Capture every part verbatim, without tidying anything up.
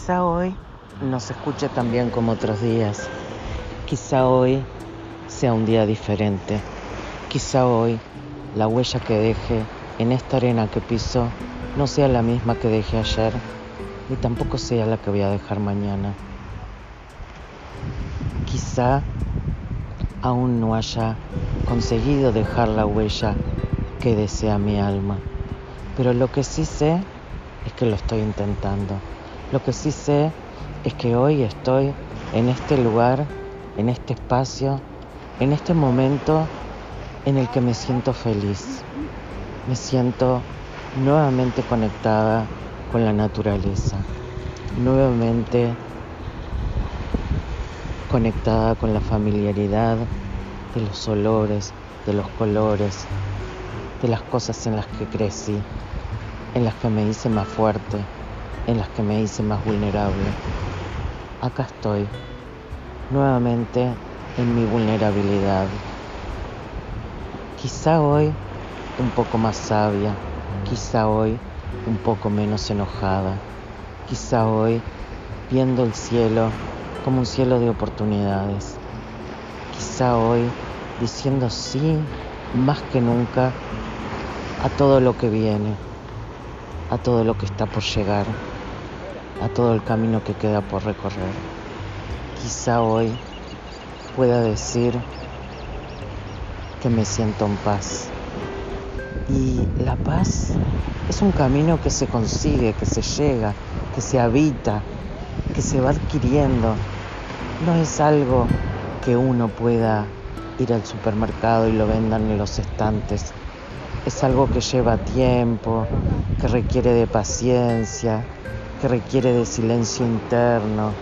Quizá hoy no se escuche tan bien como otros días. Quizá hoy sea un día diferente. Quizá hoy la huella que deje en esta arena que piso no sea la misma que dejé ayer, ni tampoco sea la que voy a dejar mañana. Quizá aún no haya conseguido dejar la huella que desea mi alma, pero lo que sí sé es que lo estoy intentando. Lo que sí sé es que hoy estoy en este lugar, en este espacio, en este momento en el que me siento feliz. Me siento nuevamente conectada con la naturaleza, nuevamente conectada con la familiaridad de los olores, de los colores, de las cosas en las que crecí, en las que me hice más fuerte, en las que me hice más vulnerable. Acá estoy, nuevamente en mi vulnerabilidad. Quizá hoy un poco más sabia, quizá hoy un poco menos enojada, quizá hoy viendo el cielo como un cielo de oportunidades, quizá hoy diciendo sí más que nunca a todo lo que viene, a todo lo que está por llegar, a todo el camino que queda por recorrer. Quizá hoy pueda decir que me siento en paz. Y la paz es un camino que se consigue, que se llega, que se habita, que se va adquiriendo. No es algo que uno pueda ir al supermercado y lo vendan en los estantes. Es algo que lleva tiempo, que requiere de paciencia, que requiere de silencio interno.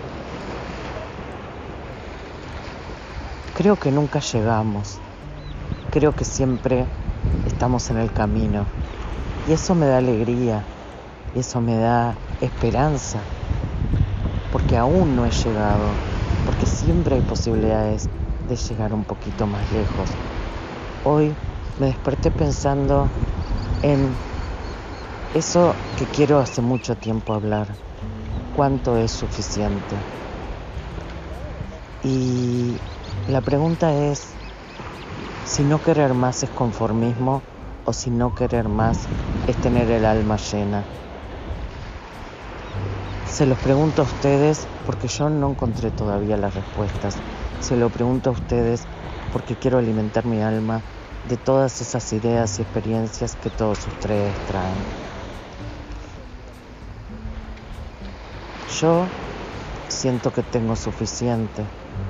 Creo que nunca llegamos. Creo que siempre estamos en el camino. Y eso me da alegría, y eso me da esperanza, porque aún no he llegado, porque siempre hay posibilidades de llegar un poquito más lejos. Hoy me desperté pensando en eso que quiero hace mucho tiempo hablar. ¿Cuánto es suficiente? Y la pregunta es si no querer más es conformismo o si no querer más es tener el alma llena. Se los pregunto a ustedes porque yo no encontré todavía las respuestas. Se lo pregunto a ustedes porque quiero alimentar mi alma de todas esas ideas y experiencias que todos ustedes traen. Yo siento que tengo suficiente.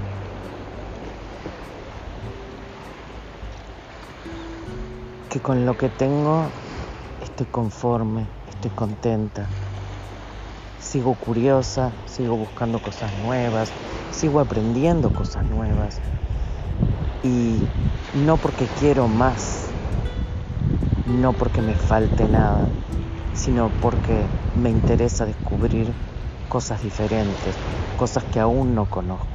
Que con lo que tengo estoy conforme, estoy contenta. Sigo curiosa, sigo buscando cosas nuevas, sigo aprendiendo cosas nuevas. Y no porque quiero más, no porque me falte nada, sino porque me interesa descubrir cosas diferentes, cosas que aún no conozco.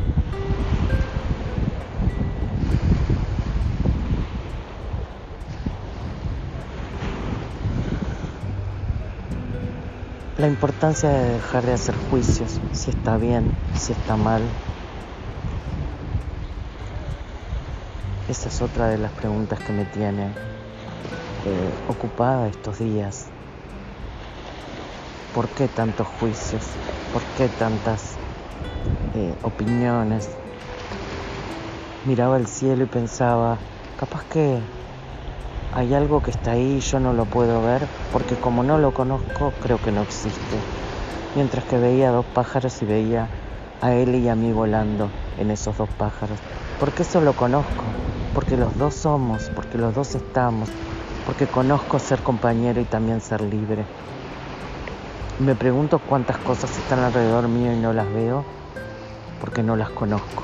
La importancia de dejar de hacer juicios, si está bien, si está mal. Esa es otra de las preguntas que me tiene eh, ocupada estos días. ¿Por qué tantos juicios? ¿Por qué tantas eh, opiniones? Miraba el cielo y pensaba, capaz que hay algo que está ahí y yo no lo puedo ver, porque como no lo conozco, creo que no existe. Mientras que veía dos pájaros y veía a él y a mí volando en esos dos pájaros. Porque eso lo conozco, porque los dos somos, porque los dos estamos, porque conozco ser compañero y también ser libre. Me pregunto cuántas cosas están alrededor mío y no las veo, porque no las conozco.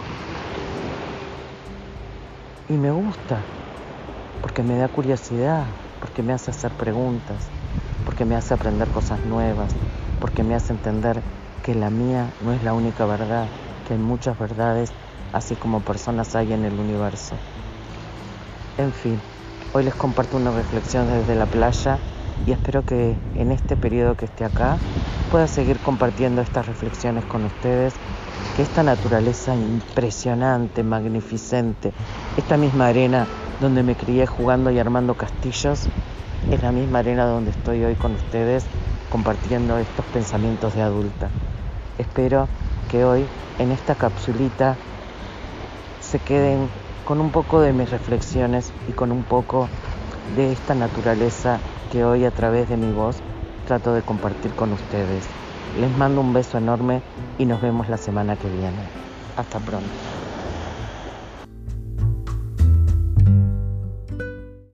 Y me gusta. Porque me da curiosidad, porque me hace hacer preguntas, porque me hace aprender cosas nuevas, porque me hace entender que la mía no es la única verdad, que hay muchas verdades, así como personas hay en el universo. En fin, hoy les comparto una reflexión desde la playa y espero que en este periodo que esté acá pueda seguir compartiendo estas reflexiones con ustedes, que esta naturaleza impresionante, magnificente, esta misma arena donde me crié jugando y armando castillos, es la misma arena donde estoy hoy con ustedes compartiendo estos pensamientos de adulta. Espero que hoy en esta capsulita se queden con un poco de mis reflexiones y con un poco de esta naturaleza que hoy a través de mi voz trato de compartir con ustedes. Les mando un beso enorme y nos vemos la semana que viene. Hasta pronto.